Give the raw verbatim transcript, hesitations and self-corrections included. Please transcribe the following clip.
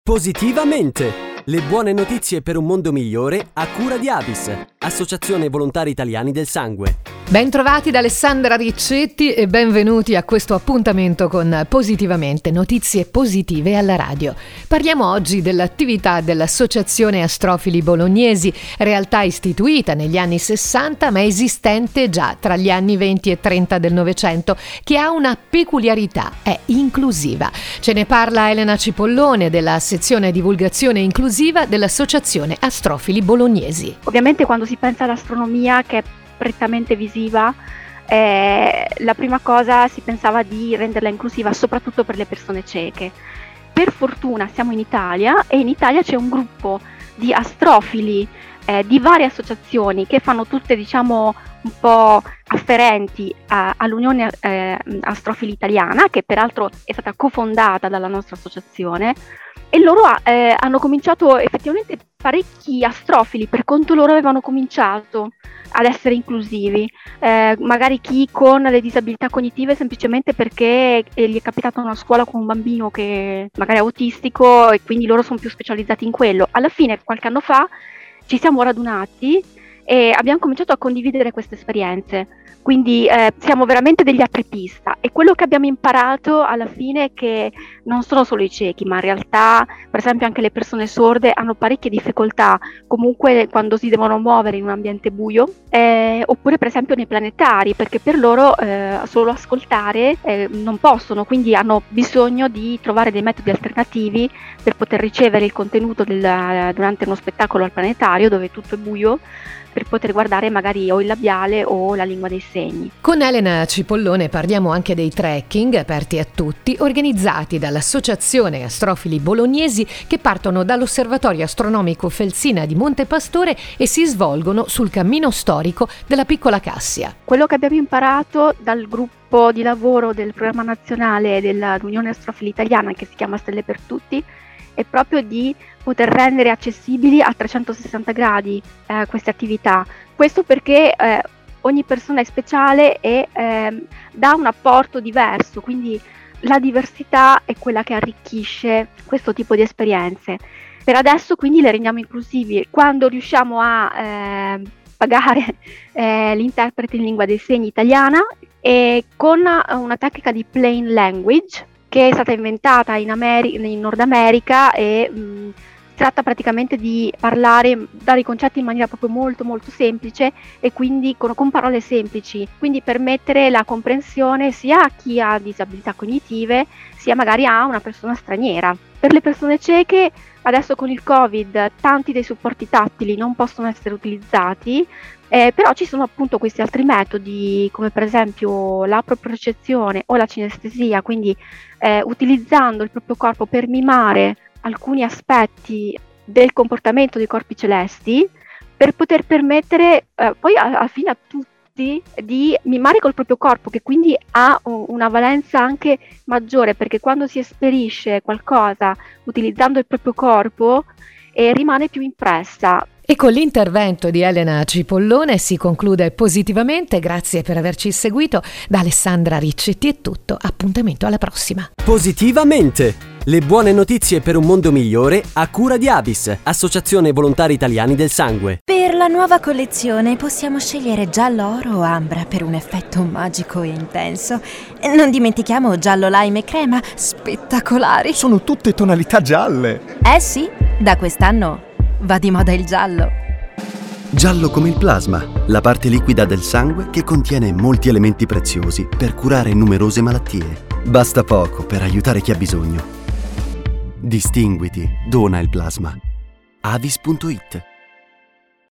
Positivamente! Le buone notizie per un mondo migliore a cura di Avis, Associazione Volontari Italiani del Sangue. Bentrovati da Alessandra Riccetti e benvenuti a questo appuntamento con Positivamente, notizie positive alla radio. Parliamo oggi dell'attività dell'Associazione Astrofili Bolognesi, realtà istituita negli anni sessanta ma esistente già tra gli anni venti e trenta del Novecento, che ha una peculiarità, è inclusiva. Ce ne parla Elena Cipollone della sezione divulgazione inclusiva dell'Associazione Astrofili Bolognesi. Ovviamente quando si pensa all'astronomia, che è prettamente visiva, eh, la prima cosa si pensava di renderla inclusiva soprattutto per le persone cieche. Per fortuna siamo in Italia e in Italia c'è un gruppo di astrofili eh, di varie associazioni che fanno tutte, diciamo, un po' afferenti a, all'Unione eh, Astrofili Italiana, che peraltro è stata cofondata dalla nostra associazione, e loro eh, hanno cominciato effettivamente parecchi astrofili per conto loro avevano cominciato ad essere inclusivi, eh, magari chi con le disabilità cognitive semplicemente perché gli è capitato una scuola con un bambino che magari è autistico e quindi loro sono più specializzati in quello. Alla fine, qualche anno fa, ci siamo radunati e abbiamo cominciato a condividere queste esperienze, quindi eh, siamo veramente degli apripista, e quello che abbiamo imparato alla fine è che non sono solo i ciechi, ma in realtà per esempio anche le persone sorde hanno parecchie difficoltà comunque quando si devono muovere in un ambiente buio, eh, oppure per esempio nei planetari, perché per loro eh, solo ascoltare eh, non possono, quindi hanno bisogno di trovare dei metodi alternativi per poter ricevere il contenuto del, durante uno spettacolo al planetario dove tutto è buio, per poter guardare magari o il labiale o la lingua dei segni. Con Elena Cipollone parliamo anche dei trekking aperti a tutti, organizzati dall'Associazione Astrofili Bolognesi, che partono dall'Osservatorio Astronomico Felsina di Montepastore e si svolgono sul cammino storico della Piccola Cassia. Quello che abbiamo imparato dal gruppo di lavoro del programma nazionale dell'Unione Astrofili Italiana, che si chiama Stelle per Tutti, è proprio di poter rendere accessibili a trecentosessanta gradi eh, queste attività. Questo perché eh, ogni persona è speciale e eh, dà un apporto diverso, quindi la diversità è quella che arricchisce questo tipo di esperienze. Per adesso quindi le rendiamo inclusivi. Quando riusciamo a eh, pagare eh, l'interprete in lingua dei segni italiana e con una tecnica di plain language, che è stata inventata in, Ameri- in Nord America e mh, tratta praticamente di parlare, dare i concetti in maniera proprio molto molto semplice e quindi con, con parole semplici, quindi permettere la comprensione sia a chi ha disabilità cognitive sia magari a una persona straniera. Per le persone cieche adesso con il Covid tanti dei supporti tattili non possono essere utilizzati, eh, però ci sono appunto questi altri metodi come per esempio la propriocezione o la cinestesia, quindi eh, utilizzando il proprio corpo per mimare alcuni aspetti del comportamento dei corpi celesti per poter permettere eh, poi alla fine a tutti di mimare col proprio corpo, che quindi ha una valenza anche maggiore, perché quando si esperisce qualcosa utilizzando il proprio corpo eh, rimane più impressa. E con l'intervento di Elena Cipollone si conclude positivamente. Grazie per averci seguito. Da Alessandra Riccetti è tutto. Appuntamento alla prossima. Positivamente! Le buone notizie per un mondo migliore a cura di Avis, Associazione Volontari Italiani del Sangue. Per la nuova collezione possiamo scegliere giallo oro o ambra per un effetto magico e intenso. Non dimentichiamo giallo lime e crema, spettacolari. Sono tutte tonalità gialle. Eh sì, da quest'anno va di moda il giallo. Giallo come il plasma, la parte liquida del sangue che contiene molti elementi preziosi per curare numerose malattie. Basta poco per aiutare chi ha bisogno. Distinguiti, dona il plasma. Avis punto it